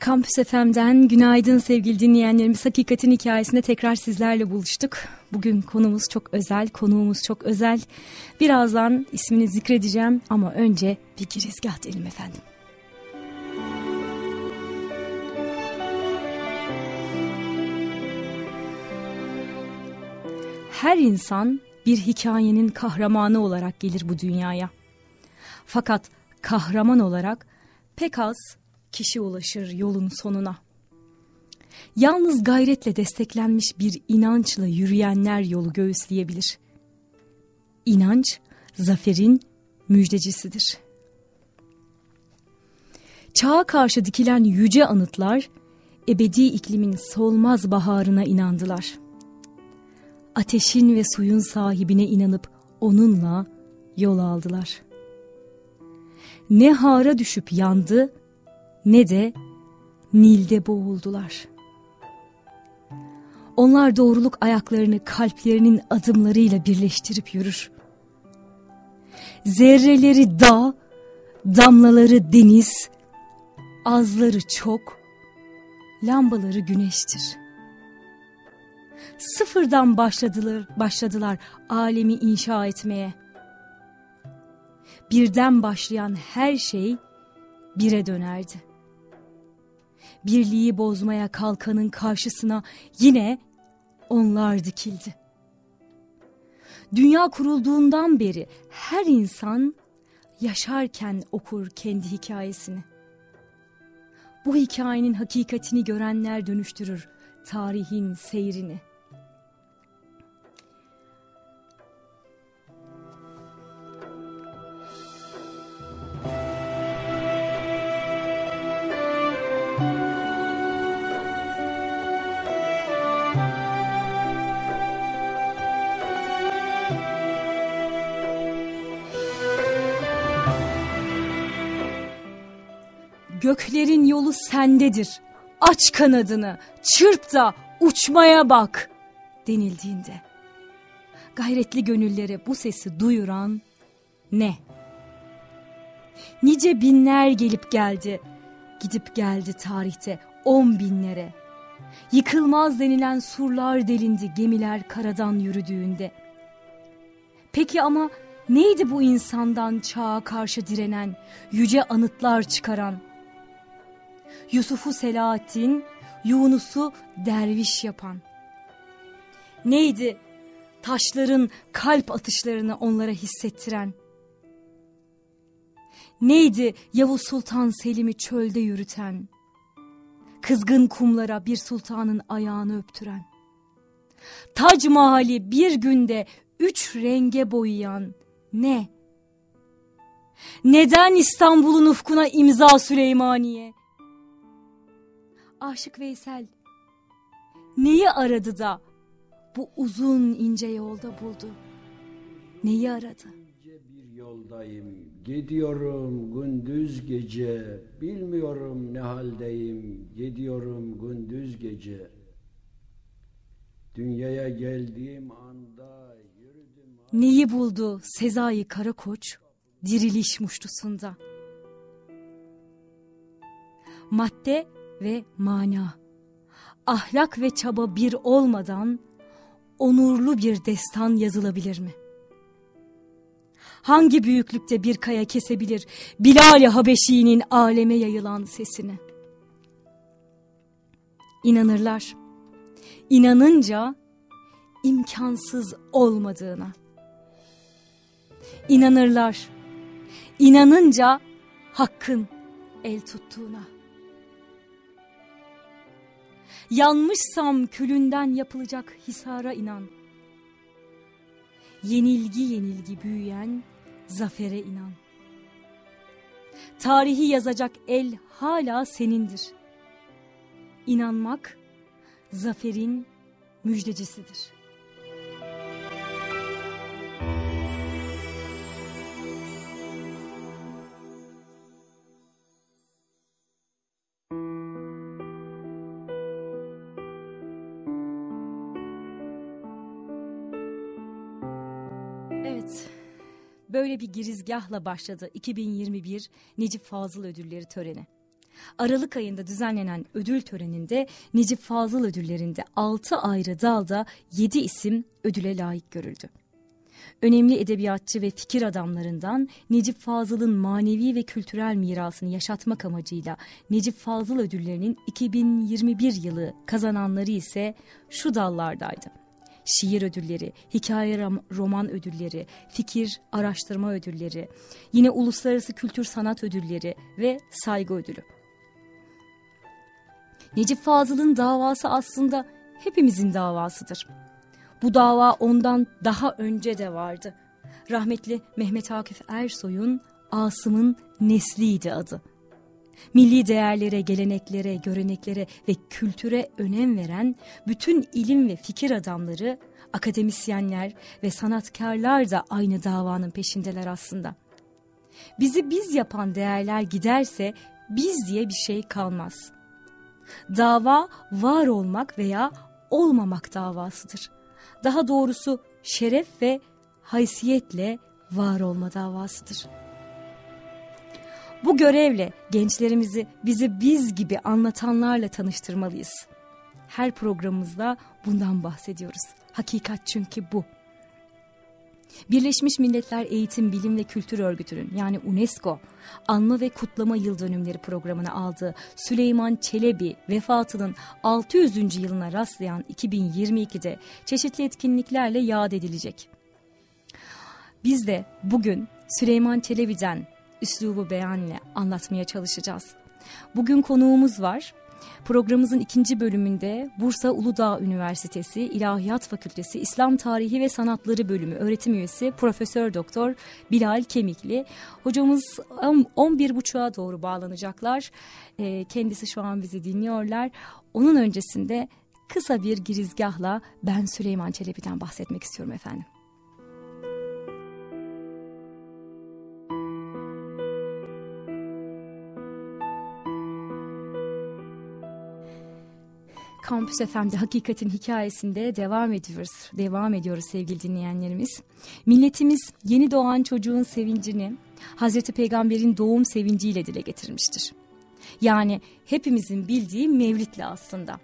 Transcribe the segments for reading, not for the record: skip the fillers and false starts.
Kampüs FM'den günaydın sevgili dinleyenlerimiz. Hakikatin hikayesinde tekrar sizlerle buluştuk. Bugün konumuz çok özel, konuğumuz çok özel. Birazdan ismini zikredeceğim ama önce bir girizgah diyelim efendim. Her insan bir hikayenin kahramanı olarak gelir bu dünyaya. Fakat kahraman olarak pek az kişi ulaşır yolun sonuna. Yalnız gayretle desteklenmiş bir inançla yürüyenler yolu göğüsleyebilir. İnanç, zaferin müjdecisidir. Çağa karşı dikilen yüce anıtlar, ebedi iklimin solmaz baharına inandılar. Ateşin ve suyun sahibine inanıp onunla yol aldılar. Ne hara düşüp yandı, ne de Nil'de boğuldular. Onlar doğruluk ayaklarını kalplerinin adımlarıyla birleştirip yürür. Zerreleri dağ, damlaları deniz, azları çok, lambaları güneştir. Sıfırdan başladılar alemi inşa etmeye. Birden başlayan her şey bire dönerdi. Birliği bozmaya kalkanın karşısına yine onlar dikildi. Dünya kurulduğundan beri her insan yaşarken okur kendi hikayesini. Bu hikayenin hakikatini görenler dönüştürür tarihin seyrini. Göklerin yolu sendedir. Aç kanadını, çırp da uçmaya bak denildiğinde. Gayretli gönüllere bu sesi duyuran ne? Nice binler gelip geldi, gidip geldi tarihte 10 binlere. Yıkılmaz denilen surlar delindi gemiler karadan yürüdüğünde. Peki ama neydi bu insandan çağa karşı direnen, yüce anıtlar çıkaran? Yusuf'u Selahattin, Yunus'u derviş yapan. Neydi taşların kalp atışlarını onlara hissettiren? Neydi Yavuz Sultan Selim'i çölde yürüten? Kızgın kumlara bir sultanın ayağını öptüren? Tac Mahal'i bir günde 3 renge boyayan ne? Neden İstanbul'un ufkuna imza Süleymaniye? Aşık Veysel neyi aradı da bu uzun ince yolda buldu? Neyi aradı? Bir yoldayım, gidiyorum gündüz gece, bilmiyorum ne haldeyim, gidiyorum gündüz gece. Dünyaya geldiğim anda yürüdüm. Neyi buldu Sezai Karakoç diriliş muştusunda? Madde ve mana, ahlak ve çaba bir olmadan onurlu bir destan yazılabilir mi? Hangi büyüklükte bir kaya kesebilir Bilal-i Habeşi'nin aleme yayılan sesini? İnanırlar. İnanınca imkansız olmadığına. İnanırlar. İnanınca hakkın el tuttuğuna. Yanmışsam külünden yapılacak hisara inan. Yenilgi büyüyen zafere inan. Tarihi yazacak el hala senindir. İnanmak zaferin müjdecisidir. Evet, böyle bir girizgahla başladı 2021 Necip Fazıl Ödülleri töreni. Aralık ayında düzenlenen ödül töreninde Necip Fazıl ödüllerinde 6 ayrı dalda 7 isim ödüle layık görüldü. Önemli edebiyatçı ve fikir adamlarından Necip Fazıl'ın manevi ve kültürel mirasını yaşatmak amacıyla Necip Fazıl ödüllerinin 2021 yılı kazananları ise şu dallardaydı: şiir ödülleri, hikaye roman ödülleri, fikir araştırma ödülleri, yine uluslararası kültür sanat ödülleri ve saygı ödülü. Necip Fazıl'ın davası aslında hepimizin davasıdır. Bu dava ondan daha önce de vardı. Rahmetli Mehmet Akif Ersoy'un Asım'ın Nesli'ydi adı. Milli değerlere, geleneklere, göreneklere ve kültüre önem veren bütün ilim ve fikir adamları, akademisyenler ve sanatkarlar da aynı davanın peşindeler aslında. Bizi biz yapan değerler giderse biz diye bir şey kalmaz. Dava var olmak veya olmamak davasıdır. Daha doğrusu şeref ve haysiyetle var olma davasıdır. Bu görevle gençlerimizi bizi biz gibi anlatanlarla tanıştırmalıyız. Her programımızda bundan bahsediyoruz. Hakikat çünkü bu. Birleşmiş Milletler Eğitim, Bilim ve Kültür Örgütü'nün yani UNESCO anma ve kutlama yıl dönümleri programına aldığı Süleyman Çelebi vefatının 600. yılına rastlayan 2022'de çeşitli etkinliklerle yad edilecek. Biz de bugün Süleyman Çelebi'den üslubu beyan ile anlatmaya çalışacağız. Bugün konuğumuz var. Programımızın 2. bölümünde Bursa Uludağ Üniversitesi İlahiyat Fakültesi İslam Tarihi ve Sanatları Bölümü öğretim üyesi Profesör Doktor Bilal Kemikli. Hocamız 11.30'a doğru bağlanacaklar. Kendisi şu an bizi dinliyorlar. Onun öncesinde kısa bir girizgahla ben Süleyman Çelebi'den bahsetmek istiyorum efendim. Kampüs FM'de Hakikatin Hikayesi'nde devam ediyoruz sevgili dinleyenlerimiz. Milletimiz yeni doğan çocuğun sevincini Hazreti Peygamber'in doğum sevinciyle dile getirmiştir. Yani hepimizin bildiği Mevlid'le aslında.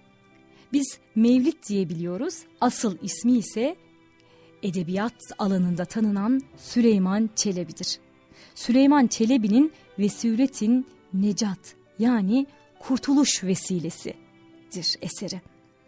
Biz Mevlid diyebiliyoruz, asıl ismi ise edebiyat alanında tanınan Süleyman Çelebi'dir. Süleyman Çelebi'nin Vesületin Necat yani kurtuluş vesilesi eseri.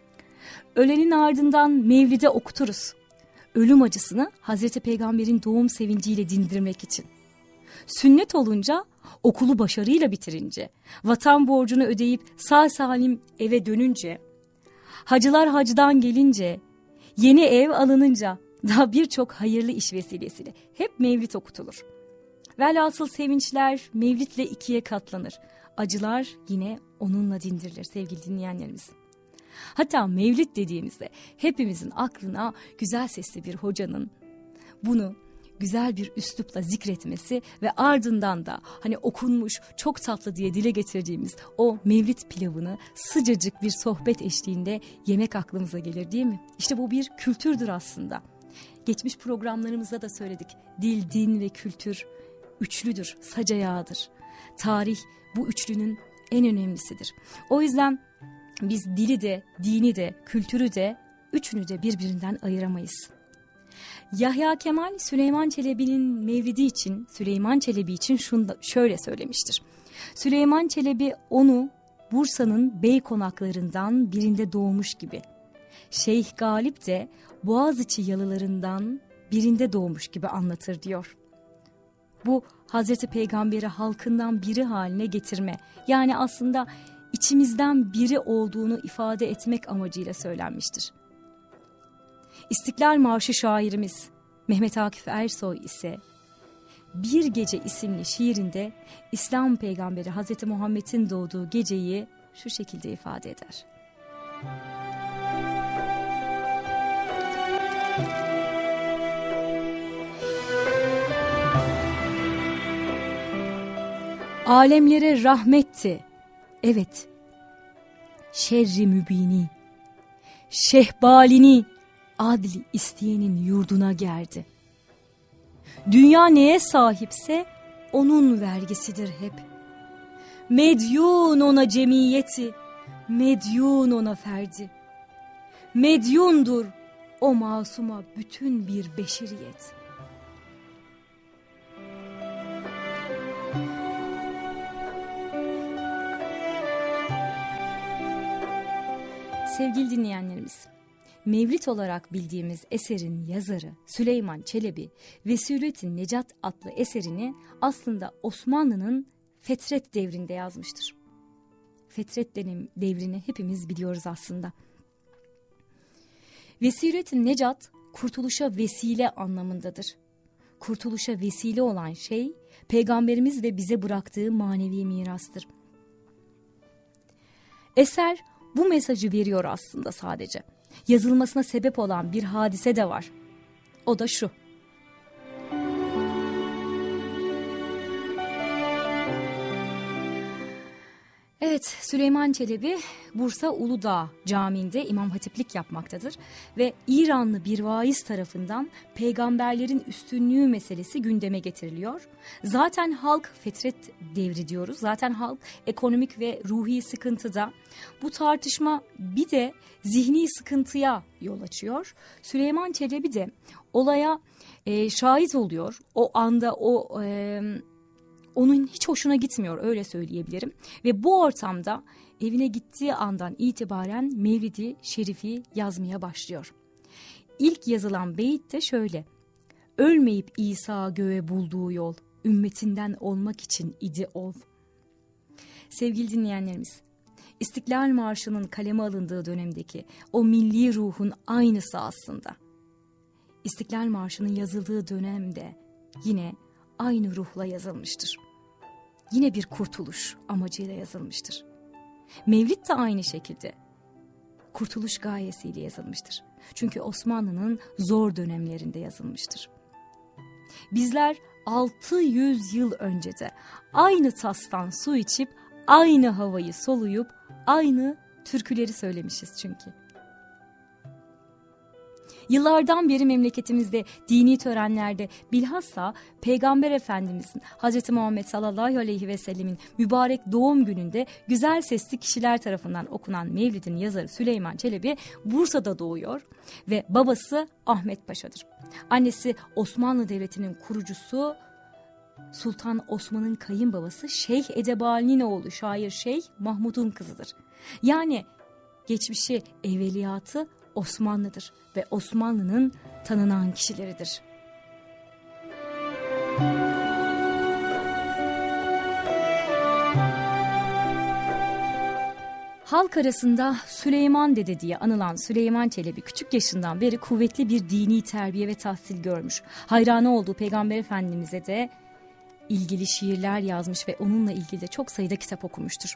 Ölenin ardından Mevlid'e okuturuz. Ölüm acısını Hazreti Peygamber'in doğum sevinciyle dindirmek için. Sünnet olunca, okulu başarıyla bitirince, vatan borcunu ödeyip sağ salim eve dönünce, hacılar hacdan gelince, yeni ev alınınca, daha birçok hayırlı iş vesilesiyle hep Mevlid okutulur. Velhasıl sevinçler Mevlid'le 2'ye katlanır. Acılar yine onunla dindirilir sevgili dinleyenlerimiz. Hatta Mevlid dediğimizde hepimizin aklına güzel sesli bir hocanın bunu güzel bir üslupla zikretmesi ve ardından da hani okunmuş çok tatlı diye dile getirdiğimiz o Mevlid pilavını sıcacık bir sohbet eşliğinde yemek aklımıza gelir değil mi? İşte bu bir kültürdür aslında. Geçmiş programlarımızda da söyledik. Dil, din ve kültür üçlüdür, sac ayağıdır. Tarih bu üçlünün en önemlisidir. O yüzden biz dili de, dini de, kültürü de, üçünü de birbirinden ayıramayız. Yahya Kemal Süleyman Çelebi'nin Mevlidi için, Süleyman Çelebi için şöyle söylemiştir. Süleyman Çelebi onu Bursa'nın bey konaklarından birinde doğmuş gibi. Şeyh Galip de Boğaziçi yalılarından birinde doğmuş gibi anlatır diyor. Bu Hazreti Peygamber'i halkından biri haline getirme, yani aslında içimizden biri olduğunu ifade etmek amacıyla söylenmiştir. İstiklal Marşı şairimiz Mehmet Akif Ersoy ise Bir Gece isimli şiirinde İslam peygamberi Hazreti Muhammed'in doğduğu geceyi şu şekilde ifade eder. Alemlere rahmetti, evet, şerri mübini, şehbalini adli isteyenin yurduna gerdi. Dünya neye sahipse onun vergisidir hep. Medyun ona cemiyeti, medyun ona ferdi. Medyundur o masuma bütün bir beşeriyet. Sevgili dinleyenlerimiz, Mevlid olarak bildiğimiz eserin yazarı Süleyman Çelebi, Vesûlet-i Necat adlı eserini aslında Osmanlı'nın Fetret devrinde yazmıştır. Fetret devrini hepimiz biliyoruz aslında. Vesûlet-i Necat, kurtuluşa vesile anlamındadır. Kurtuluşa vesile olan şey, Peygamberimiz ve bize bıraktığı manevi mirastır. Eser bu mesajı veriyor aslında sadece. Yazılmasına sebep olan bir hadise de var. O da şu. Evet, Süleyman Çelebi Bursa Uludağ Camii'nde imam hatiplik yapmaktadır ve İranlı bir vaiz tarafından peygamberlerin üstünlüğü meselesi gündeme getiriliyor. Zaten halk fetret devri diyoruz. Zaten halk ekonomik ve ruhi sıkıntıda. Bu tartışma bir de zihni sıkıntıya yol açıyor. Süleyman Çelebi de olaya şahit oluyor. O anda onun hiç hoşuna gitmiyor, öyle söyleyebilirim. Ve bu ortamda evine gittiği andan itibaren Mevlid-i Şerif'i yazmaya başlıyor. İlk yazılan beyit de şöyle. Ölmeyip İsa göğe bulduğu yol, ümmetinden olmak için idi ol. Sevgili dinleyenlerimiz, İstiklal Marşı'nın kaleme alındığı dönemdeki o milli ruhun aynısı aslında. İstiklal Marşı'nın yazıldığı dönemde yine aynı ruhla yazılmıştır. Yine bir kurtuluş amacıyla yazılmıştır. Mevlid de aynı şekilde kurtuluş gayesiyle yazılmıştır. Çünkü Osmanlı'nın zor dönemlerinde yazılmıştır. Bizler 600 yıl önce de aynı tastan su içip, aynı havayı soluyup, aynı türküleri söylemişiz çünkü. Yıllardan beri memleketimizde dini törenlerde bilhassa Peygamber Efendimizin Hz. Muhammed sallallahu aleyhi ve sellemin mübarek doğum gününde güzel sesli kişiler tarafından okunan Mevlid'in yazarı Süleyman Çelebi Bursa'da doğuyor ve babası Ahmet Paşa'dır. Annesi Osmanlı Devleti'nin kurucusu Sultan Osman'ın kayınbabası Şeyh Edebali'nin oğlu şair Şeyh Mahmud'un kızıdır. Yani geçmişi, evveliyatı Osmanlı'dır ve Osmanlı'nın tanınan kişileridir. Halk arasında Süleyman Dede diye anılan Süleyman Çelebi küçük yaşından beri kuvvetli bir dini terbiye ve tahsil görmüş. Hayranı olduğu Peygamber Efendimiz'e de ilgili şiirler yazmış ve onunla ilgili de çok sayıda kitap okumuştur.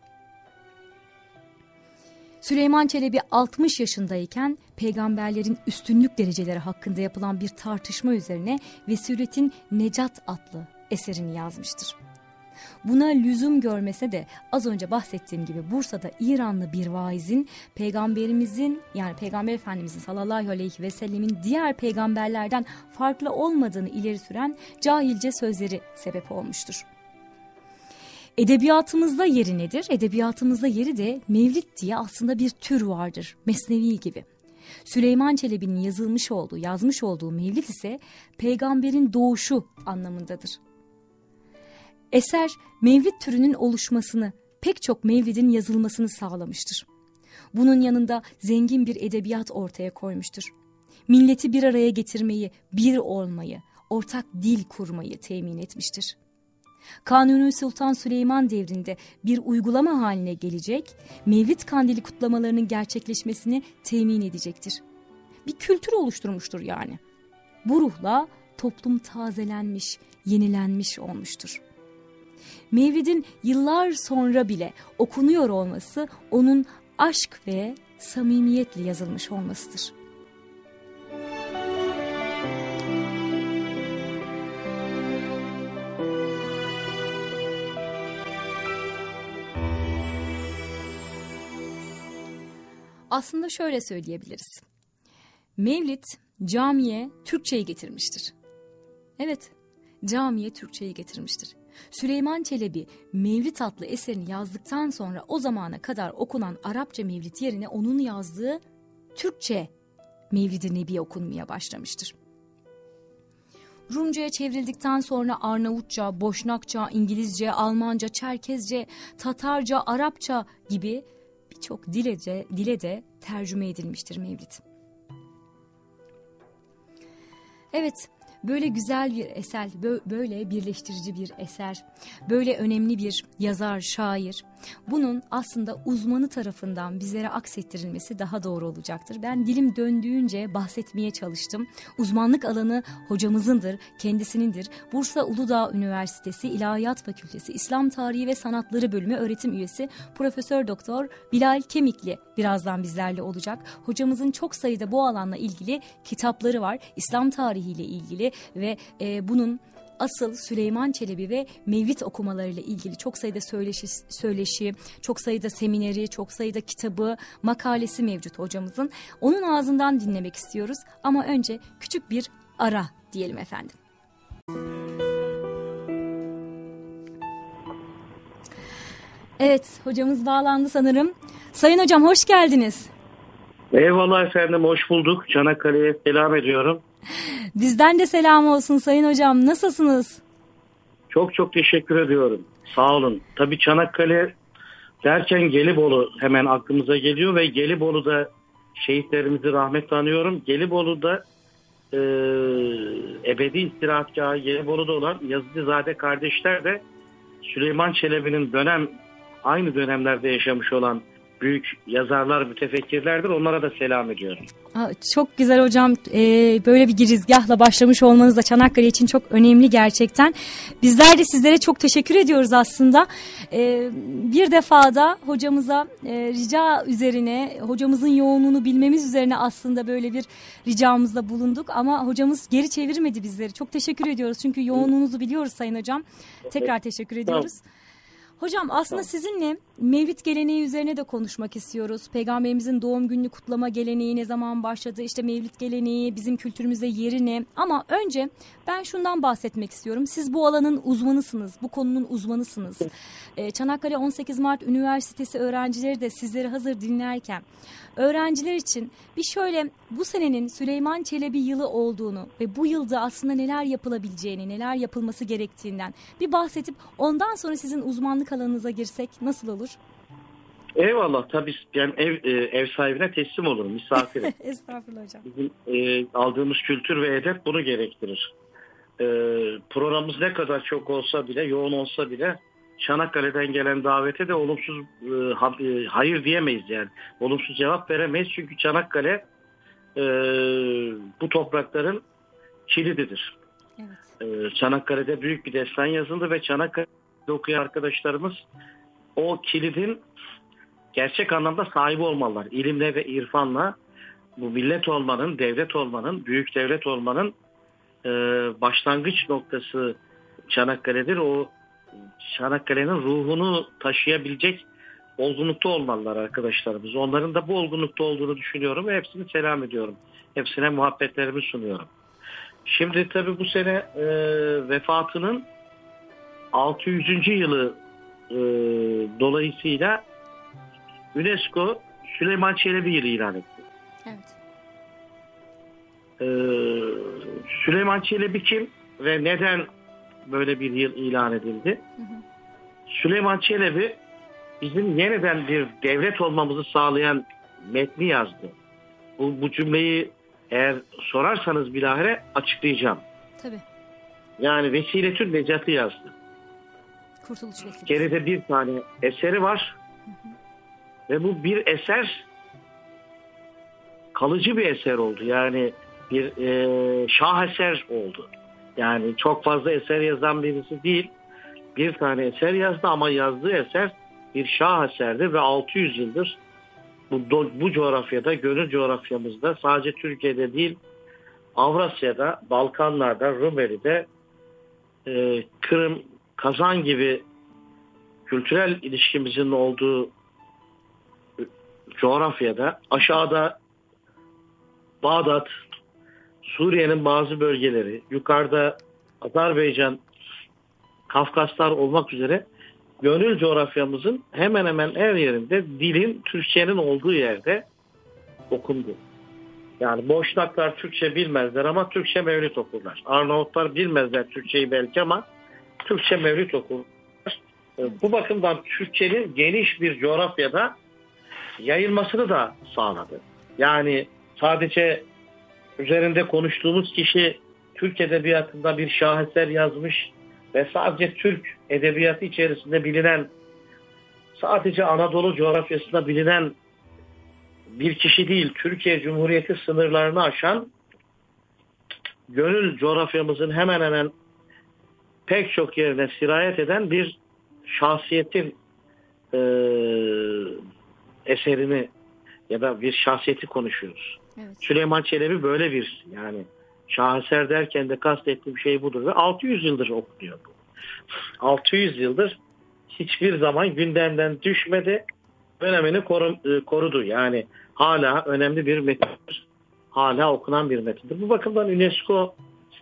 Süleyman Çelebi 60 yaşındayken peygamberlerin üstünlük dereceleri hakkında yapılan bir tartışma üzerine Vesûlet-i Necat adlı eserini yazmıştır. Buna lüzum görmese de az önce bahsettiğim gibi Bursa'da İranlı bir vaizin peygamberimizin yani Peygamber Efendimizin sallallahu aleyhi ve sellemin diğer peygamberlerden farklı olmadığını ileri süren cahilce sözleri sebep olmuştur. Edebiyatımızda yeri nedir? Edebiyatımızda yeri de Mevlid diye aslında bir tür vardır. Mesnevi gibi. Süleyman Çelebi'nin yazmış olduğu Mevlid ise peygamberin doğuşu anlamındadır. Eser Mevlid türünün oluşmasını, pek çok Mevlid'in yazılmasını sağlamıştır. Bunun yanında zengin bir edebiyat ortaya koymuştur. Milleti bir araya getirmeyi, bir olmayı, ortak dil kurmayı temin etmiştir. Kanuni Sultan Süleyman devrinde bir uygulama haline gelecek, Mevlid Kandili kutlamalarının gerçekleşmesini temin edecektir. Bir kültür oluşturmuştur yani. Bu ruhla toplum tazelenmiş, yenilenmiş olmuştur. Mevlid'in yıllar sonra bile okunuyor olması onun aşk ve samimiyetle yazılmış olmasıdır. Aslında şöyle söyleyebiliriz. Mevlid camiye Türkçeyi getirmiştir. Evet, camiye Türkçeyi getirmiştir. Süleyman Çelebi Mevlid adlı eserini yazdıktan sonra o zamana kadar okunan Arapça Mevlid yerine onun yazdığı Türkçe Mevlid-i Nebi okunmaya başlamıştır. Rumca'ya çevrildikten sonra Arnavutça, Boşnakça, İngilizce, Almanca, Çerkezce, Tatarca, Arapça gibi birçok dile de tercüme edilmiştir Mevlid. Evet, böyle güzel bir eser, böyle birleştirici bir eser, böyle önemli bir yazar, şair. Bunun aslında uzmanı tarafından bizlere aksettirilmesi daha doğru olacaktır. Ben dilim döndüğünce bahsetmeye çalıştım. Uzmanlık alanı hocamızındır, kendisinindir. Bursa Uludağ Üniversitesi İlahiyat Fakültesi İslam Tarihi ve Sanatları Bölümü öğretim üyesi Profesör Doktor Bilal Kemikli birazdan bizlerle olacak. Hocamızın çok sayıda bu alanla ilgili kitapları var. İslam tarihiyle ilgili ve bunun asıl Süleyman Çelebi ve Mevlid okumalarıyla ilgili çok sayıda söyleşi, çok sayıda semineri, çok sayıda kitabı, makalesi mevcut hocamızın. Onun ağzından dinlemek istiyoruz ama önce küçük bir ara diyelim efendim. Evet, hocamız bağlandı sanırım. Sayın hocam hoş geldiniz. Eyvallah efendim, hoş bulduk. Çanakkale'ye selam ediyorum. Bizden de selam olsun Sayın hocam. Nasılsınız? Çok çok teşekkür ediyorum. Sağ olun. Tabii Çanakkale derken Gelibolu hemen aklımıza geliyor ve Gelibolu'da şehitlerimizi rahmetle anıyorum. Gelibolu'da ebedi istirahatgahı Gelibolu'da olan Yazıcızade kardeşler de Süleyman Çelebi'nin aynı dönemlerde yaşamış olan büyük yazarlar, mütefekkirlerdir. Onlara da selam ediyorum. Çok güzel hocam. Böyle bir girizgahla başlamış olmanız da Çanakkale için çok önemli gerçekten. Bizler de sizlere çok teşekkür ediyoruz aslında. Bir defada hocamıza rica üzerine, hocamızın yoğunluğunu bilmemiz üzerine aslında böyle bir ricamızda bulunduk. Ama hocamız geri çevirmedi bizleri. Çok teşekkür ediyoruz. Çünkü yoğunluğunuzu biliyoruz Sayın Hocam. Tekrar teşekkür ediyoruz. Tamam. Hocam aslında sizinle Mevlid geleneği üzerine de konuşmak istiyoruz. Peygamberimizin doğum gününü kutlama geleneği ne zaman başladı? İşte Mevlid geleneği bizim kültürümüzde yeri ne? Ama önce ben şundan bahsetmek istiyorum. Siz bu alanın uzmanısınız, bu konunun uzmanısınız. Çanakkale 18 Mart Üniversitesi öğrencileri de sizleri hazır dinlerken öğrenciler için bir şöyle bu senenin Süleyman Çelebi yılı olduğunu ve bu yılda aslında neler yapılabileceğini, neler yapılması gerektiğinden bir bahsedip ondan sonra sizin uzmanlık alanınıza girsek nasıl olur? Eyvallah, tabii yani ev sahibine teslim olurum, misafirim. Estağfurullah hocam. Bizim aldığımız kültür ve edep bunu gerektirir. Programımız ne kadar çok olsa bile, yoğun olsa bile Çanakkale'den gelen davete de olumsuz hayır diyemeyiz yani. Olumsuz cevap veremeyiz çünkü Çanakkale bu toprakların kilididir. Evet. Çanakkale'de büyük bir destan yazıldı ve Çanakkale'de okuyan arkadaşlarımız o kilidin gerçek anlamda sahibi olmalılar. İlimle ve irfanla bu millet olmanın, devlet olmanın, büyük devlet olmanın başlangıç noktası Çanakkale'dir. O Çanakkale'nin ruhunu taşıyabilecek olgunlukta olmalılar arkadaşlarımız. Onların da bu olgunlukta olduğunu düşünüyorum ve hepsini selam ediyorum. Hepsine muhabbetlerimi sunuyorum. Şimdi tabii bu sene vefatının 600. yılı dolayısıyla UNESCO Süleyman Çelebi yılı ilan etti. Evet. Süleyman Çelebi kim ve neden böyle bir yıl ilan edildi? Hı hı. Süleyman Çelebi bizim yeniden bir devlet olmamızı sağlayan metni yazdı. Bu cümleyi eğer sorarsanız bilahare açıklayacağım. Tabii. Yani Vesiletün Necat'ı yazdı. Kurtuluş Vesilesi. Geride bir tane eseri var. Hı hı. Ve bu bir eser kalıcı bir eser oldu. Yani bir şaheser oldu. Yani çok fazla eser yazan birisi değil. Bir tane eser yazdı ama yazdığı eser bir şaheserdir ve 600 yıldır bu coğrafyada, gönül coğrafyamızda sadece Türkiye'de değil Avrasya'da, Balkanlar'da, Rumeli'de, Kırım, Kazan gibi kültürel ilişkimizin olduğu coğrafyada, aşağıda Bağdat, Suriye'nin bazı bölgeleri, yukarıda Azerbaycan Kafkaslar olmak üzere gönül coğrafyamızın hemen hemen her yerinde dilin, Türkçenin olduğu yerde okundu. Yani Boşnaklar Türkçe bilmezler ama Türkçe mevlid okurlar. Arnavutlar bilmezler Türkçeyi belki ama Türkçe mevlid okurlar. Bu bakımdan Türkçenin geniş bir coğrafyada yayılmasını da sağladı. Yani sadece üzerinde konuştuğumuz kişi Türk edebiyatında bir şaheser yazmış ve sadece Türk edebiyatı içerisinde bilinen, sadece Anadolu coğrafyasında bilinen bir kişi değil, Türkiye Cumhuriyeti sınırlarını aşan, gönül coğrafyamızın hemen hemen pek çok yerine sirayet eden bir şahsiyetin eserini ya da bir şahsiyeti konuşuyoruz. Evet. Süleyman Çelebi böyle bir, yani şaheser derken de kastettiğim şey budur ve 600 yıldır okunuyor bu. 600 yıldır hiçbir zaman gündemden düşmedi. Önemini korudu. Yani hala önemli bir metindir. Hala okunan bir metindir. Bu bakımdan UNESCO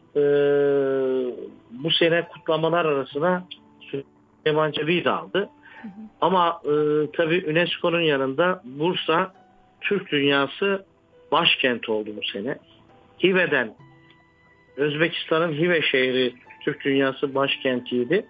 bu sene kutlamalar arasına Süleyman Çelebi'yi de aldı. Ama tabii UNESCO'nun yanında Bursa Türk Dünyası başkenti oldu bu sene. Hive'den, Özbekistan'ın Hive şehri Türk Dünyası başkentiydi.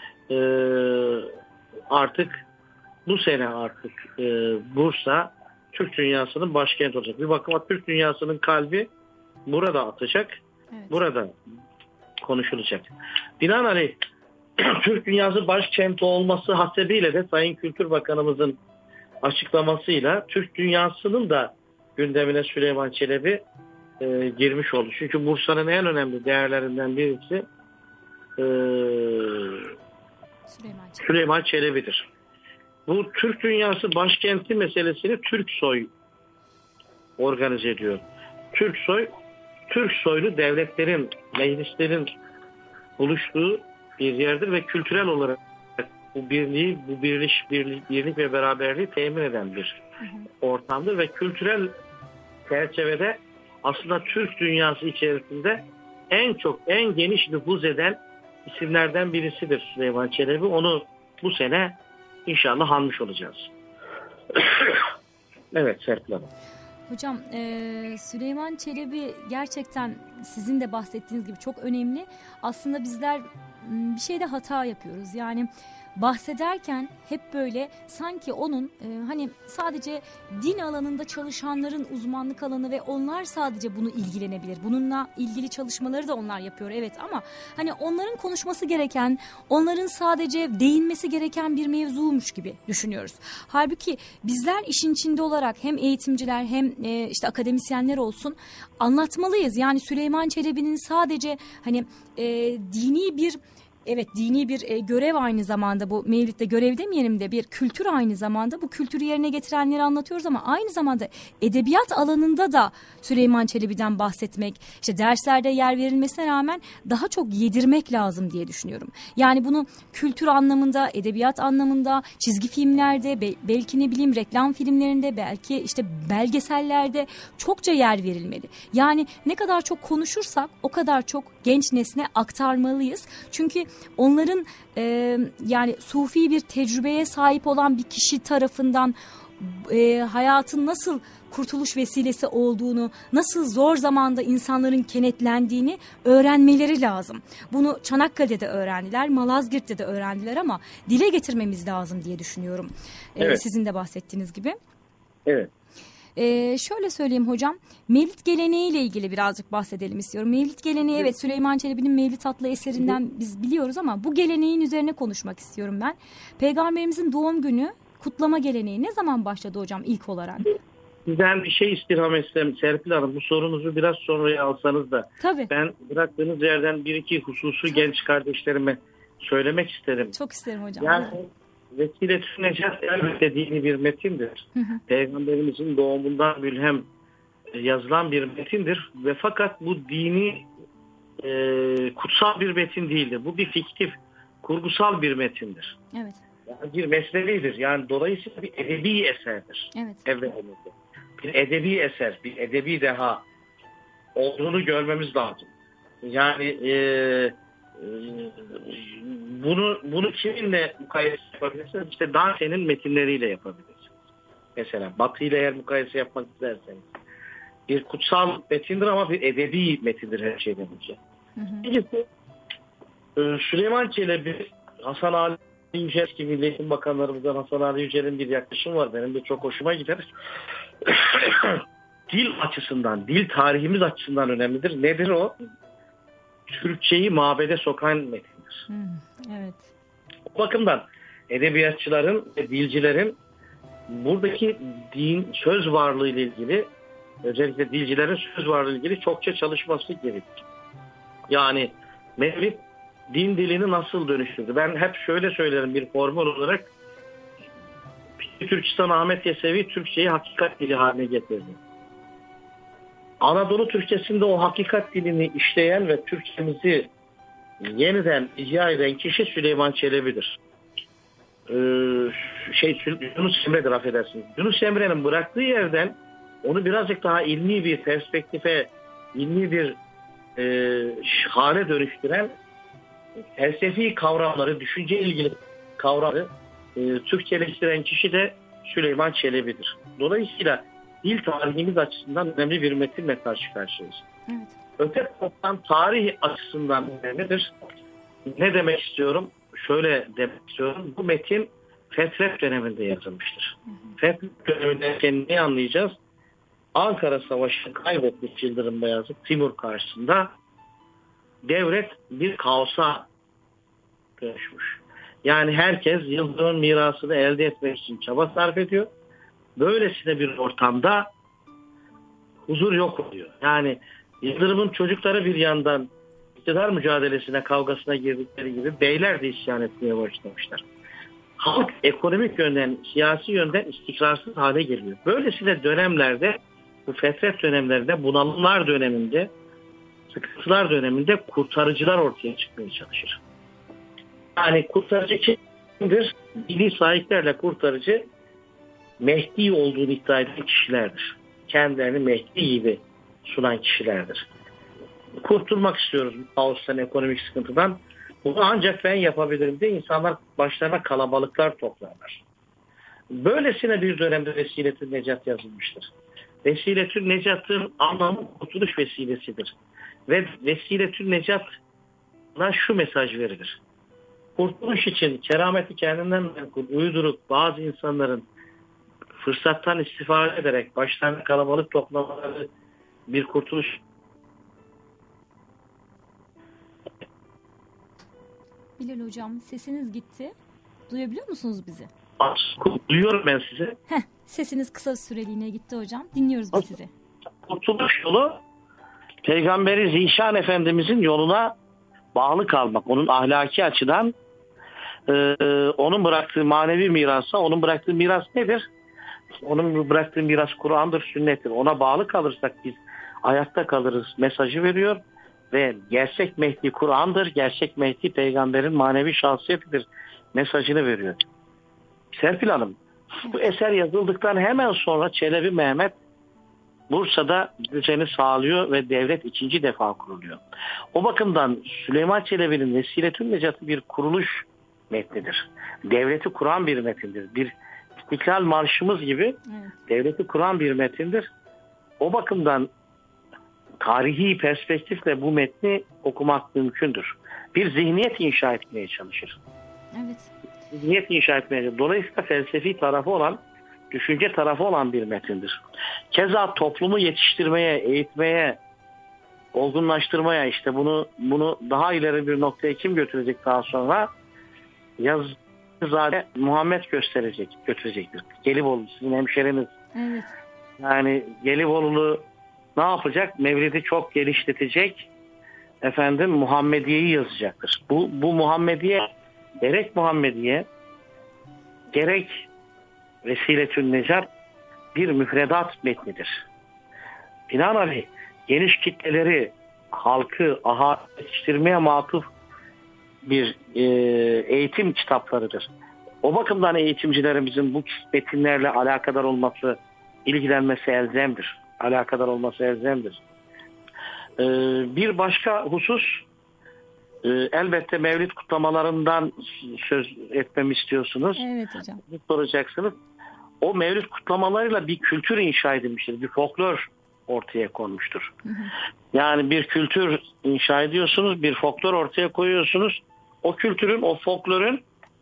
Artık bu sene Bursa Türk Dünyası'nın başkenti olacak. Bir bakıma Türk Dünyası'nın kalbi burada atacak. Evet. Burada konuşulacak. Binaenaleyh Türk Dünyası başkenti olması hasebiyle de Sayın Kültür Bakanımızın açıklamasıyla Türk Dünyası'nın da gündemine Süleyman Çelebi girmiş oldu. Çünkü Bursa'nın en önemli değerlerinden birisi Süleyman Çelebi'dir. Bu Türk Dünyası başkenti meselesini Türksoy organize ediyor. Türk soylu devletlerin, meclislerin buluştuğu bir yerdir ve kültürel olarak bu birlik ve beraberliği temin eden bir ortamdır ve kültürel çerçevede aslında Türk dünyası içerisinde en geniş nüfuz eden isimlerden birisidir Süleyman Çelebi. Onu bu sene inşallah anmış olacağız. Evet Serpil Hanım. Hocam Süleyman Çelebi gerçekten sizin de bahsettiğiniz gibi çok önemli. Aslında bizler bir şeyde hata yapıyoruz. Yani bahsederken hep böyle sanki onun hani sadece din alanında çalışanların uzmanlık alanı ve onlar sadece bunu ilgilenebilir. Bununla ilgili çalışmaları da onlar yapıyor evet ama hani onların konuşması gereken, onların sadece değinmesi gereken bir mevzuymuş gibi düşünüyoruz. Halbuki bizler işin içinde olarak hem eğitimciler hem işte akademisyenler olsun anlatmalıyız. Yani Süleyman Çelebi'nin sadece hani dini bir görev aynı zamanda bu Mevlid'de görev demeyelim de bir kültür aynı zamanda bu kültürü yerine getirenleri anlatıyoruz ama aynı zamanda edebiyat alanında da Süleyman Çelebi'den bahsetmek işte derslerde yer verilmesine rağmen daha çok yedirmek lazım diye düşünüyorum. Yani bunu kültür anlamında, edebiyat anlamında, çizgi filmlerde, belki ne bileyim reklam filmlerinde, belki işte belgesellerde çokça yer verilmeli. Yani ne kadar çok konuşursak o kadar çok genç nesle aktarmalıyız. Çünkü onların yani sufi bir tecrübeye sahip olan bir kişi tarafından hayatın nasıl kurtuluş vesilesi olduğunu, nasıl zor zamanda insanların kenetlendiğini öğrenmeleri lazım. Bunu Çanakkale'de öğrendiler, Malazgirt'te de öğrendiler ama dile getirmemiz lazım diye düşünüyorum. Evet. Sizin de bahsettiğiniz gibi. Evet. Şöyle söyleyeyim hocam, Mevlid geleneğiyle ilgili birazcık bahsedelim istiyorum. Mevlid geleneği evet Süleyman Çelebi'nin Mevlid adlı eserinden biz biliyoruz ama bu geleneğin üzerine konuşmak istiyorum ben. Peygamberimizin doğum günü kutlama geleneği ne zaman başladı hocam ilk olarak? Sizden bir şey istirham etsem Serpil Hanım, bu sorunuzu biraz sonraya alsanız da. Tabii. Ben bıraktığınız yerden bir iki hususu genç kardeşlerime söylemek isterim. Çok isterim hocam. Yani Vesile-tü Necat elbette dini bir metindir. Peygamberimizin doğumundan mülhem yazılan bir metindir ve fakat bu dini kutsal bir metin değildir. Bu bir fiktif, kurgusal bir metindir. Evet. Yani bir mesnevidir. Yani dolayısıyla bir edebi eserdir. Evet. Evrenimizde. Bir edebi eser, bir edebi deha olduğunu görmemiz lazım. Yani bunu kiminle mukayese yapabilirsiniz? İşte Dante'nin metinleriyle yapabilirsiniz. Mesela Batı ile eğer mukayese yapmak isterseniz. Bir kutsal metindir ama bir edebi metindir her şeyden önce. İkincisi Süleyman Çelebi, Hasan Ali Yücel gibi Milli Eğitim Bakanlarımızdan Hasan Ali Yücel'in bir yaklaşım var. Benim de çok hoşuma gider. Dil açısından, dil tarihimiz açısından önemlidir. Nedir o? Türkçeyi mabede sokan metindir. Evet. O bakımdan edebiyatçıların ve dilcilerin buradaki din, söz varlığı ile ilgili, özellikle dilcilerin söz varlığı ile ilgili çokça çalışması gerekir. Yani Mevlid din dilini nasıl dönüştürdü? Ben hep şöyle söylerim bir formül olarak, Türkistan Ahmet Yesevi Türkçeyi hakikat dili haline getirdi. Anadolu Türkçesinde o hakikat dilini işleyen ve Türkçemizi yeniden icra eden kişi Süleyman Çelebi'dir. Yunus Emre'dir, affedersiniz. Yunus Emre'nin bıraktığı yerden onu birazcık daha ilmi bir perspektife, ilmi bir hale dönüştüren felsefi kavramları, düşünce ilgili kavramları Türkçeleştiren kişi de Süleyman Çelebi'dir. Dolayısıyla dil tarihimiz açısından önemli bir metinle karşı karşıyayız. Evet. Öte taraftan tarih açısından önemlidir. Ne demek istiyorum? Şöyle demek istiyorum. Bu metin Fetret döneminde yazılmıştır. Fetret döneminde neyi anlayacağız? Ankara Savaşı'nı kaybetmiş Yıldırım Beyazıt Timur karşısında devlet bir kaosa dönüşmüş. Yani herkes Yıldırım'ın mirasını elde etmek için çaba sarf ediyor. Böylesine bir ortamda huzur yok oluyor. Yani Yıldırım'ın çocukları bir yandan iktidar mücadelesine, kavgasına girdikleri gibi beyler de isyan etmeye başlamışlar. Halk ekonomik yönden, siyasi yönden istikrarsız hale geliyor. Böylesine dönemlerde, bu fetret dönemlerinde, bunalımlar döneminde, sıkıntılar döneminde kurtarıcılar ortaya çıkmaya çalışır. Yani kurtarıcı kimdir? Dini sahiplerle kurtarıcı Mehdi olduğunu iddia eden kişilerdir. Kendilerini Mehdi gibi sunan kişilerdir. Kurtulmak istiyoruz bu kaostan, ekonomik sıkıntıdan. Bunu ancak ben yapabilirim diye insanlar başlarına kalabalıklar toplarlar. Böylesine bir dönemde Vesiletün Necat yazılmıştır. Vesiletün Necat'ın anlamı kurtuluş vesilesidir. Ve Vesiletün Necat'la şu mesaj verilir. Kurtuluş için kerameti kendinden menkul, uyduruk bazı insanların fırsattan istifade ederek başlarına kalabalık toplamaları bir kurtuluş. Bilal Hocam, sesiniz gitti. Duyabiliyor musunuz bizi? Duyuyorum ben sizi. Sesiniz kısa süreliğine gitti hocam. Dinliyoruz biz sizi. Kurtuluş yolu Peygamberi Zişan Efendimizin yoluna bağlı kalmak. Onun ahlaki açıdan onun bıraktığı manevi mirasa, onun bıraktığı miras nedir? Onun bıraktığı miras Kur'an'dır, sünnettir. Ona bağlı kalırsak biz ayakta kalırız mesajı veriyor ve gerçek Mehdi Kur'an'dır, gerçek Mehdi peygamberin manevi şahsiyetidir mesajını veriyor. Serpil Hanım, bu eser yazıldıktan hemen sonra Çelebi Mehmet Bursa'da düzeni sağlıyor ve devlet ikinci defa kuruluyor. O bakımdan Süleyman Çelebi'nin Vesiletün Necat'ı bir kuruluş metnidir. Devleti kuran bir metindir. Bir İstiklal Marşımız gibi devleti kuran bir metindir. O bakımdan tarihi perspektifle bu metni okumak mümkündür. Bir zihniyet inşa etmeye çalışır. Evet. Zihniyet inşa etmeye çalışır. Dolayısıyla felsefi tarafı olan, düşünce tarafı olan bir metindir. Keza toplumu yetiştirmeye, eğitmeye, olgunlaştırmaya, işte bunu daha ileri bir noktaya kim götürecek daha sonra? Yazıcı Muhammed götürecektir. Gelibolu sizin hemşeriniz. Evet. Yani Gelibolu ne yapacak? Mevlid'i çok geliştirecek. Muhammediye'yi yazacaktır. Bu Muhammediye gerek Vesiletün Necat bir müfredat metnidir. Binaenaleyh geniş kitleleri, halkı, yetiştirmeye matuf bir eğitim kitaplarıdır. O bakımdan eğitimcilerimizin bu metinlerle alakadar olması, ilgilenmesi elzemdir. Bir başka husus, elbette Mevlid kutlamalarından söz etmemi istiyorsunuz. Evet hocam. Soracaksınız. O Mevlid kutlamalarıyla bir kültür inşa edilmiştir. Bir folklor ortaya konmuştur. Yani bir kültür inşa ediyorsunuz, bir folklor ortaya koyuyorsunuz. O kültürün, o folklorun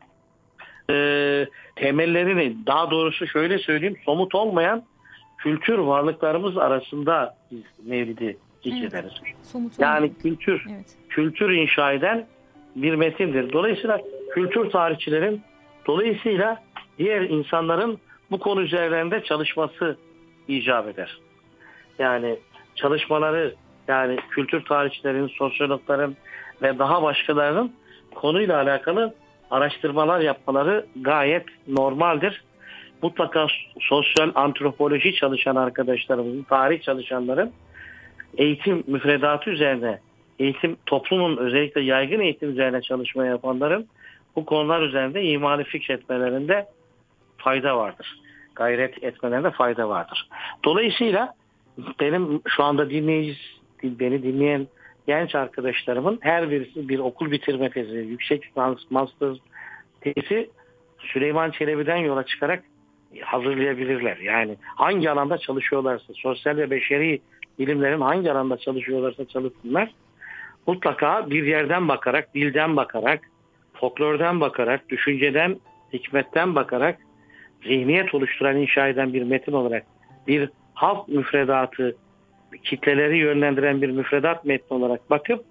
temellerini, daha doğrusu şöyle söyleyeyim, somut olmayan kültür varlıklarımız arasında biz Mevlid'i zikrederiz. Somut yani olmayan. kültür inşa eden bir metindir. Dolayısıyla kültür tarihçilerin, dolayısıyla diğer insanların bu konu üzerinde çalışması icap eder. Yani çalışmaları, yani kültür tarihçilerin, sosyologların ve daha başkalarının konuyla alakalı araştırmalar yapmaları gayet normaldir. Mutlaka sosyal antropoloji çalışan arkadaşlarımızın, tarih çalışanların, eğitim müfredatı üzerine, toplumun özellikle yaygın eğitim üzerine çalışma yapanların bu konular üzerinde imali fikretmelerinde fayda vardır. Gayret etmelerinde fayda vardır. Dolayısıyla benim şu anda beni dinleyen genç arkadaşlarımın her birisi bir okul bitirme tezi, yüksek lisans, master tezi Süleyman Çelebi'den yola çıkarak hazırlayabilirler. Yani hangi alanda çalışıyorlarsa, sosyal ve beşeri bilimlerin hangi alanda çalışıyorlarsa çalışsınlar. Mutlaka bir yerden bakarak, dilden bakarak, folklordan bakarak, düşünceden, hikmetten bakarak, zihniyet oluşturan, inşa eden bir metin olarak, bir halk müfredatı, kitleleri yönlendiren bir müfredat metni olarak bakıp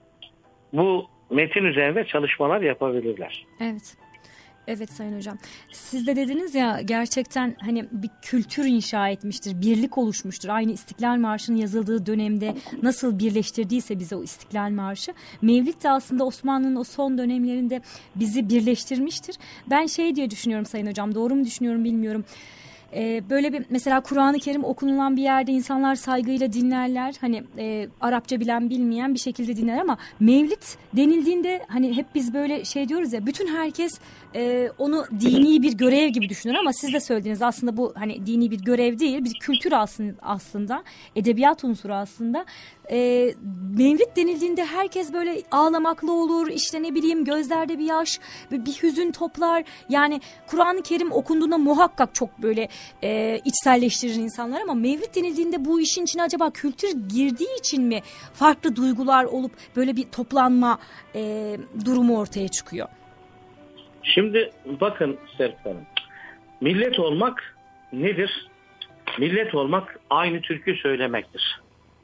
bu metin üzerinde çalışmalar yapabilirler. Evet. Evet Sayın Hocam. Siz de dediniz ya, gerçekten hani bir kültür inşa etmiştir, birlik oluşmuştur. Aynı İstiklal Marşı'nın yazıldığı dönemde nasıl birleştirdiyse bize o İstiklal Marşı, Mevlid de aslında Osmanlı'nın o son dönemlerinde bizi birleştirmiştir. Ben diye düşünüyorum Sayın Hocam, doğru mu düşünüyorum bilmiyorum. Böyle bir mesela Kur'an-ı Kerim okunulan bir yerde insanlar saygıyla dinlerler. Hani Arapça bilen bilmeyen bir şekilde dinler ama Mevlid denildiğinde hani hep biz böyle diyoruz ya, bütün herkes onu dini bir görev gibi düşünür ama siz de söylediniz, aslında bu hani dini bir görev değil, bir kültür aslında, edebiyat unsuru aslında. Mevlid denildiğinde herkes böyle ağlamaklı olur, işte ne bileyim gözlerde bir yaş, bir hüzün toplar. Yani Kur'an-ı Kerim okunduğunda muhakkak çok böyle içselleştirir insanlar ama Mevlid denildiğinde bu işin içine acaba kültür girdiği için mi farklı duygular olup böyle bir toplanma durumu ortaya çıkıyor? Şimdi bakın Serpil Hanım, millet olmak nedir? Millet olmak aynı türkü söylemektir.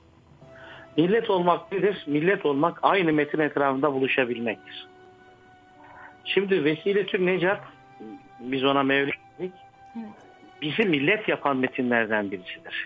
Millet olmak nedir? Millet olmak aynı metin etrafında buluşabilmektir. Şimdi Vesiletün Necat, biz ona Mevlid dedik, bizi millet yapan metinlerden birisidir.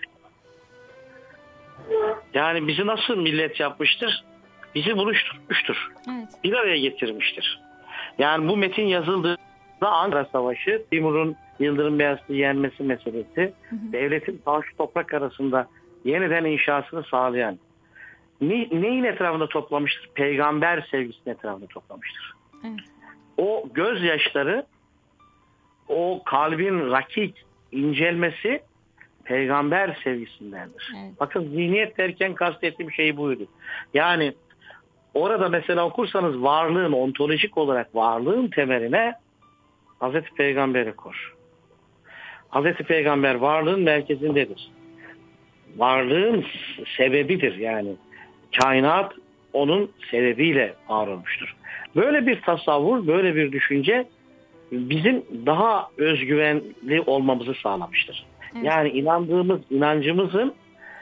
Yani bizi nasıl millet yapmıştır? Bizi buluşturmuştur. Evet. Bir araya getirmiştir. Yani bu metin yazıldığında Ankara Savaşı, Timur'un Yıldırım Beyazıt'ı yenmesi meselesi, devletin taş toprak arasında yeniden inşasını sağlayan, neyin etrafında toplamıştır? Peygamber sevgisinin etrafında toplamıştır. Evet. O gözyaşları, o kalbin rakik incelmesi peygamber sevgisindendir. Evet. Bakın zihniyet derken kastettiğim şey buydu. Yani orada mesela okursanız varlığın, ontolojik olarak varlığın temeline Hazreti Peygamber'i koyar. Hazreti Peygamber varlığın merkezindedir. Varlığın sebebidir yani. Kainat onun sebebiyle var olmuştur. Böyle bir tasavvur, böyle bir düşünce bizim daha özgüvenli olmamızı sağlamıştır. Evet. Yani inancımızın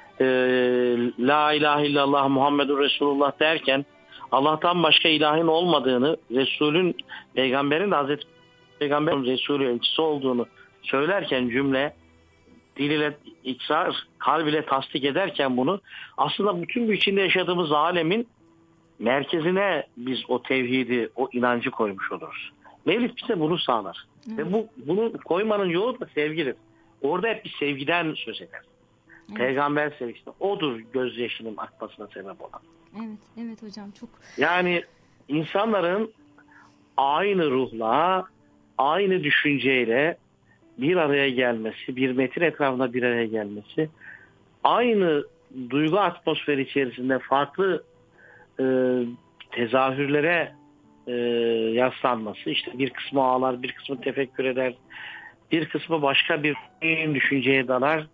La ilahe illallah Muhammedur Resulullah derken Allah'tan başka ilahın olmadığını, Resulün, Peygamberin de Hazreti Peygamber'in Resulü elçisi olduğunu söylerken cümle, dil ile ikrar, kalb ile tasdik ederken bunu aslında bütün bu içinde yaşadığımız alemin merkezine biz o tevhidi, o inancı koymuş oluruz. Mevlid bize bunu sağlar. Evet. Ve bunu koymanın yolu da sevgidir. Orada hep bir sevgiden söz eder. Evet. Peygamber sevgisi. Odur gözyaşının akmasına sebep olan. Evet hocam çok. Yani insanların aynı ruhla, aynı düşünceyle bir araya gelmesi, bir metin etrafında bir araya gelmesi, aynı duygu atmosferi içerisinde farklı tezahürlere yaslanması. İşte bir kısmı ağlar, bir kısmı tefekkür eder, bir kısmı başka bir düşünceye dalar.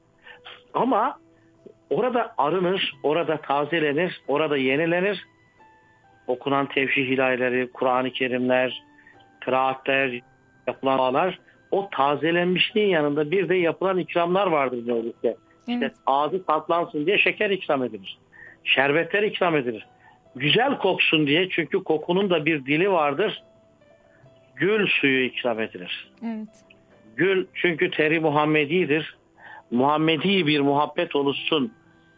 Ama orada arınır, orada tazelenir, orada yenilenir. Okunan tevşih ilahileri, Kur'an-ı Kerimler, kıraatler, yapılan dualar, o tazelenmişliğin yanında bir de yapılan ikramlar vardır böylelikle. İşte ağzı tatlansın diye şeker ikram edilir. Şerbetler ikram edilir. Güzel koksun diye, çünkü kokunun da bir dili vardır. Gül suyu ikram edilir. Evet. Gül çünkü teri Muhammedi'dir. Muhammedi bir muhabbet oluşsun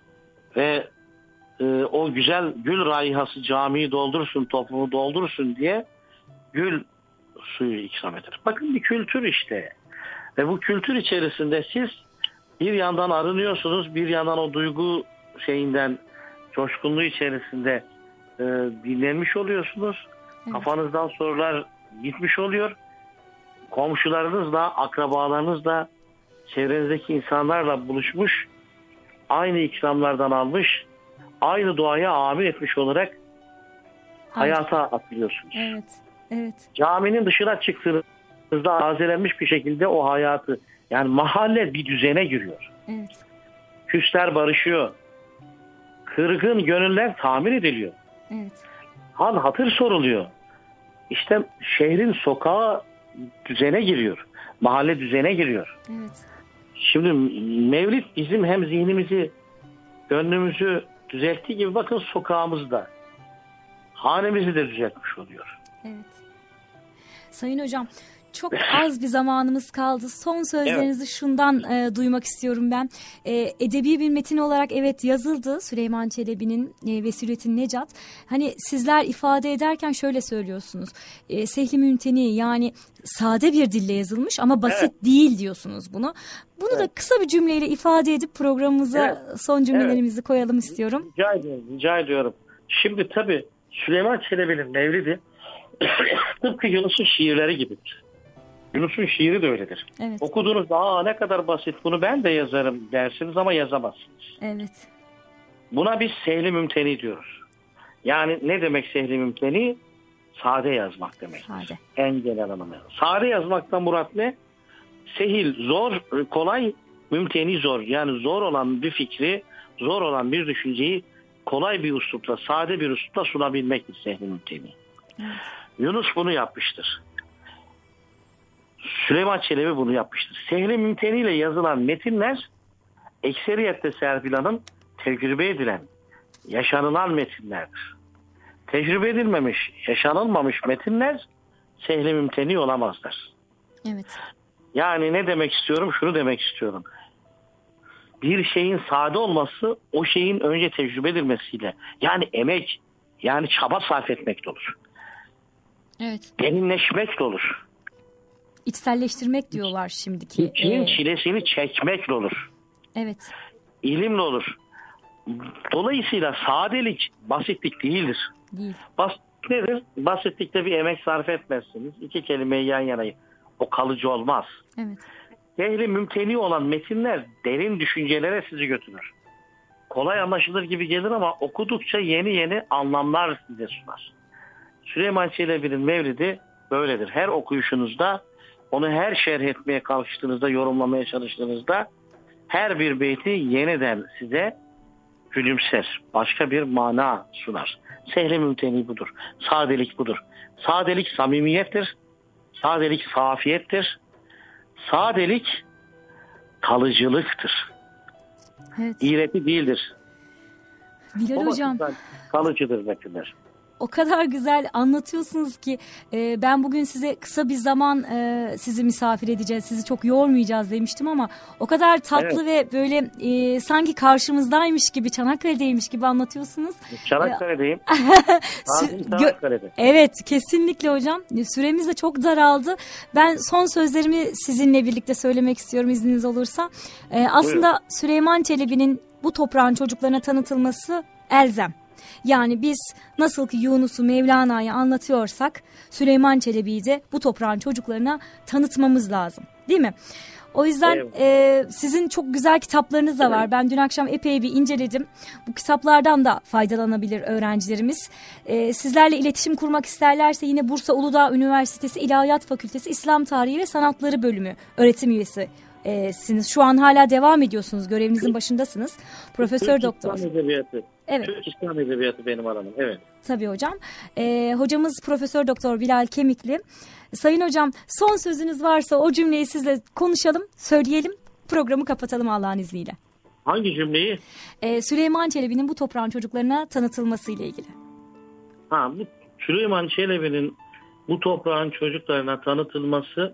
ve o güzel gül raihası camiyi doldursun, toplumu doldursun diye gül suyu ikram edilir. Bakın bir kültür işte. Ve bu kültür içerisinde siz bir yandan arınıyorsunuz, bir yandan o duygu şeyinden, coşkunluğu içerisinde dinlenmiş oluyorsunuz. Evet. Kafanızdan sorular gitmiş oluyor. Komşularınızla, akrabalarınızla, çevrenizdeki insanlarla buluşmuş, aynı ikramlardan almış, aynı duaya amin etmiş olarak hayata atılıyorsunuz. Evet, evet. Caminin dışına çıktığınızda tazelenmiş bir şekilde o hayatı, yani mahalle bir düzene giriyor. Evet. Küsler barışıyor. Kırgın gönüller tamir ediliyor. Evet. Hal hatır soruluyor. İşte şehrin sokağı düzene giriyor. Mahalle düzene giriyor. Evet. Şimdi Mevlid bizim hem zihnimizi, gönlümüzü düzelttiği gibi bakın sokağımızda hanemizi de düzeltmiş oluyor. Evet. Sayın hocam, çok az bir zamanımız kaldı. Son sözlerinizi şundan duymak istiyorum ben. Edebi bir metin olarak evet yazıldı Süleyman Çelebi'nin Vesûlet-i Necat. Hani sizler ifade ederken şöyle söylüyorsunuz. Sehli mümteni, yani sade bir dille yazılmış ama basit değil diyorsunuz bunu. Bunu da kısa bir cümleyle ifade edip programımıza son cümlelerimizi koyalım istiyorum. Rica ediyorum. Şimdi tabii Süleyman Çelebi'nin Mevlidi tıpkı Yunus'un şiirleri gibidir. Yunus'un şiiri de öyledir. Evet. Okuduğunuzda ne kadar basit, bunu ben de yazarım dersiniz ama yazamazsınız. Evet. Buna biz sehli mümteni diyoruz. Yani ne demek sehli mümteni? Sade yazmak demek. Sade. En genel anlamı. Sade yazmaktan murat ne? Sehil zor, kolay, mümteni zor. Yani zor olan bir fikri, zor olan bir düşünceyi kolay bir üslupla, sade bir üslupla sunabilmektir sehli mümteni. Evet. Yunus bunu yapmıştır. Süleyman Çelebi bunu yapmıştır. Sehli mümteni ile yazılan metinler ekseriyette Serpil Hanım tecrübe edilen, yaşanılan metinlerdir. Tecrübe edilmemiş, yaşanılmamış metinler sehli mümteni olamazlar. Evet. Yani ne demek istiyorum? Şunu demek istiyorum. Bir şeyin sade olması o şeyin önce tecrübe edilmesiyle, yani emek, yani çaba sarf etmekle olur. Evet. Derinleşmekle olur. İçselleştirmek diyorlar şimdiki. İçinin çilesini çekmekle olur. Evet. İlimle olur. Dolayısıyla sadelik basitlik değildir. Değil. Basit nedir? Basitlikte bir emek sarf etmezsiniz. İki kelimeyi yan yana. O kalıcı olmaz. Evet. Sehli mümteni olan metinler derin düşüncelere sizi götürür. Kolay anlaşılır gibi gelir ama okudukça yeni yeni anlamlar size sunar. Süleyman Çelebi'nin Mevlidi böyledir. Her okuyuşunuzda, onu her şerh etmeye kalkıştığınızda, yorumlamaya çalıştığınızda her bir beyti yeniden size gülümser. Başka bir mana sunar. Sehli mümteni budur. Sadelik budur. Sadelik samimiyettir. Sadelik safiyettir. Sadelik kalıcılıktır. Evet. İğreti değildir. Bilal hocam. Kalıcıdır metinler. O kadar güzel anlatıyorsunuz ki ben bugün size kısa bir zaman sizi misafir edeceğiz, sizi çok yormayacağız demiştim ama o kadar tatlı ve böyle sanki karşımızdaymış gibi, Çanakkale'deymiş gibi anlatıyorsunuz. Çanakkale'deyim. Çanakkale'de. Evet, kesinlikle hocam. Süremiz de çok daraldı. Ben son sözlerimi sizinle birlikte söylemek istiyorum izniniz olursa. Aslında buyurun. Süleyman Çelebi'nin bu toprağın çocuklarına tanıtılması elzem. Yani biz nasıl ki Yunus'u, Mevlana'yı anlatıyorsak Süleyman Çelebi'yi de bu toprağın çocuklarına tanıtmamız lazım. Değil mi? O yüzden sizin çok güzel kitaplarınız da var. Ben dün akşam epey bir inceledim. Bu kitaplardan da faydalanabilir öğrencilerimiz. Sizlerle iletişim kurmak isterlerse yine Bursa Uludağ Üniversitesi İlahiyat Fakültesi İslam Tarihi ve Sanatları Bölümü öğretim üyesi. Sizsiniz. Şu an hala devam ediyorsunuz. Görevinizin başındasınız. Profesör Doktor. İslam Edebiyatı. Evet. Türk İslam Edebiyatı benim alanım. Evet. Tabii hocam. Hocamız Profesör Doktor Bilal Kemikli. Sayın hocam, son sözünüz varsa o cümleyi sizle konuşalım, söyleyelim, programı kapatalım Allah'ın izniyle. Hangi cümleyi? Süleyman Çelebi'nin bu toprağın çocuklarına tanıtılması ile ilgili. Bu Süleyman Çelebi'nin bu toprağın çocuklarına tanıtılması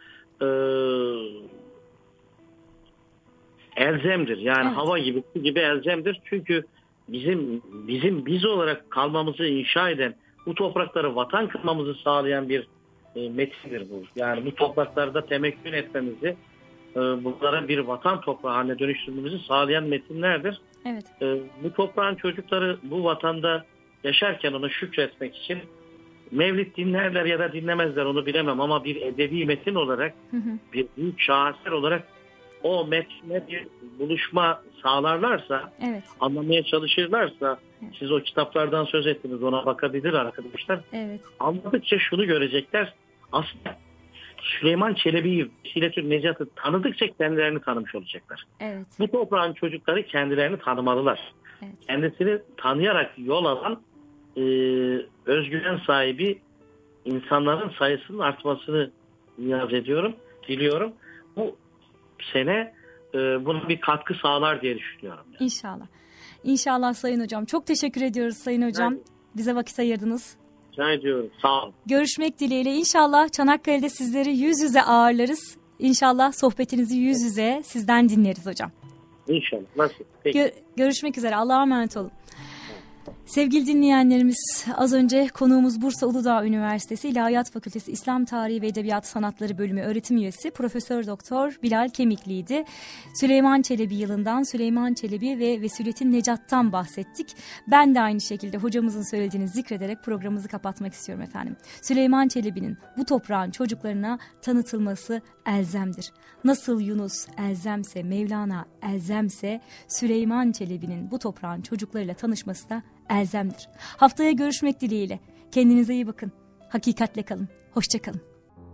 elzemdir. Yani evet. Hava gibi, su gibi elzemdir. Çünkü bizim biz olarak kalmamızı inşa eden, bu toprakları vatan kılmamızı sağlayan bir metindir bu. Yani bu topraklarda temekkün etmemizi, bunlara bir vatan toprağı haline dönüştürmemizi sağlayan metinlerdir. Evet. Bu toprağın çocukları bu vatanda yaşarken ona şükretmek için mevlid dinlerler ya da dinlemezler, onu bilemem, ama bir edebi metin olarak, bir büyük şaheser olarak o metne bir buluşma sağlarlarsa, evet. Anlamaya çalışırlarsa, evet. Siz o kitaplardan söz ettiniz, ona bakabilir arkadaşlar. Evet. Anladıkça şunu görecekler, aslında Süleyman Çelebi'yi, Vesiletül Necat'ı tanıdıkça kendilerini tanımış olacaklar. Evet. Bu toprağın çocukları kendilerini tanımalılar. Evet. Kendisini tanıyarak yol alan özgüven sahibi insanların sayısının artmasını niyaz ediyorum, diliyorum. Bu sene buna bir katkı sağlar diye düşünüyorum. Yani. İnşallah. İnşallah Sayın Hocam. Çok teşekkür ediyoruz Sayın Hocam. Evet. Bize vakit ayırdınız. Rica ediyorum. Sağ olun. Görüşmek dileğiyle. İnşallah Çanakkale'de sizleri yüz yüze ağırlarız. İnşallah sohbetinizi yüz yüze sizden dinleriz hocam. İnşallah. Nasıl? Peki. Görüşmek üzere. Allah'a emanet olun. Sevgili dinleyenlerimiz, az önce konuğumuz Bursa Uludağ Üniversitesi İlahiyat Fakültesi İslam Tarihi ve Edebiyat Sanatları Bölümü öğretim üyesi Profesör Doktor Bilal Kemikli'ydi. Süleyman Çelebi yılından, Süleyman Çelebi ve Vesiletül Necat'tan bahsettik. Ben de aynı şekilde hocamızın söylediğini zikrederek programımızı kapatmak istiyorum efendim. Süleyman Çelebi'nin bu toprağın çocuklarına tanıtılması elzemdir. Nasıl Yunus elzemse, Mevlana elzemse, Süleyman Çelebi'nin bu toprağın çocuklarıyla tanışması da elzemdir. Haftaya görüşmek dileğiyle. Kendinize iyi bakın. Hakikatle kalın. Hoşça kalın.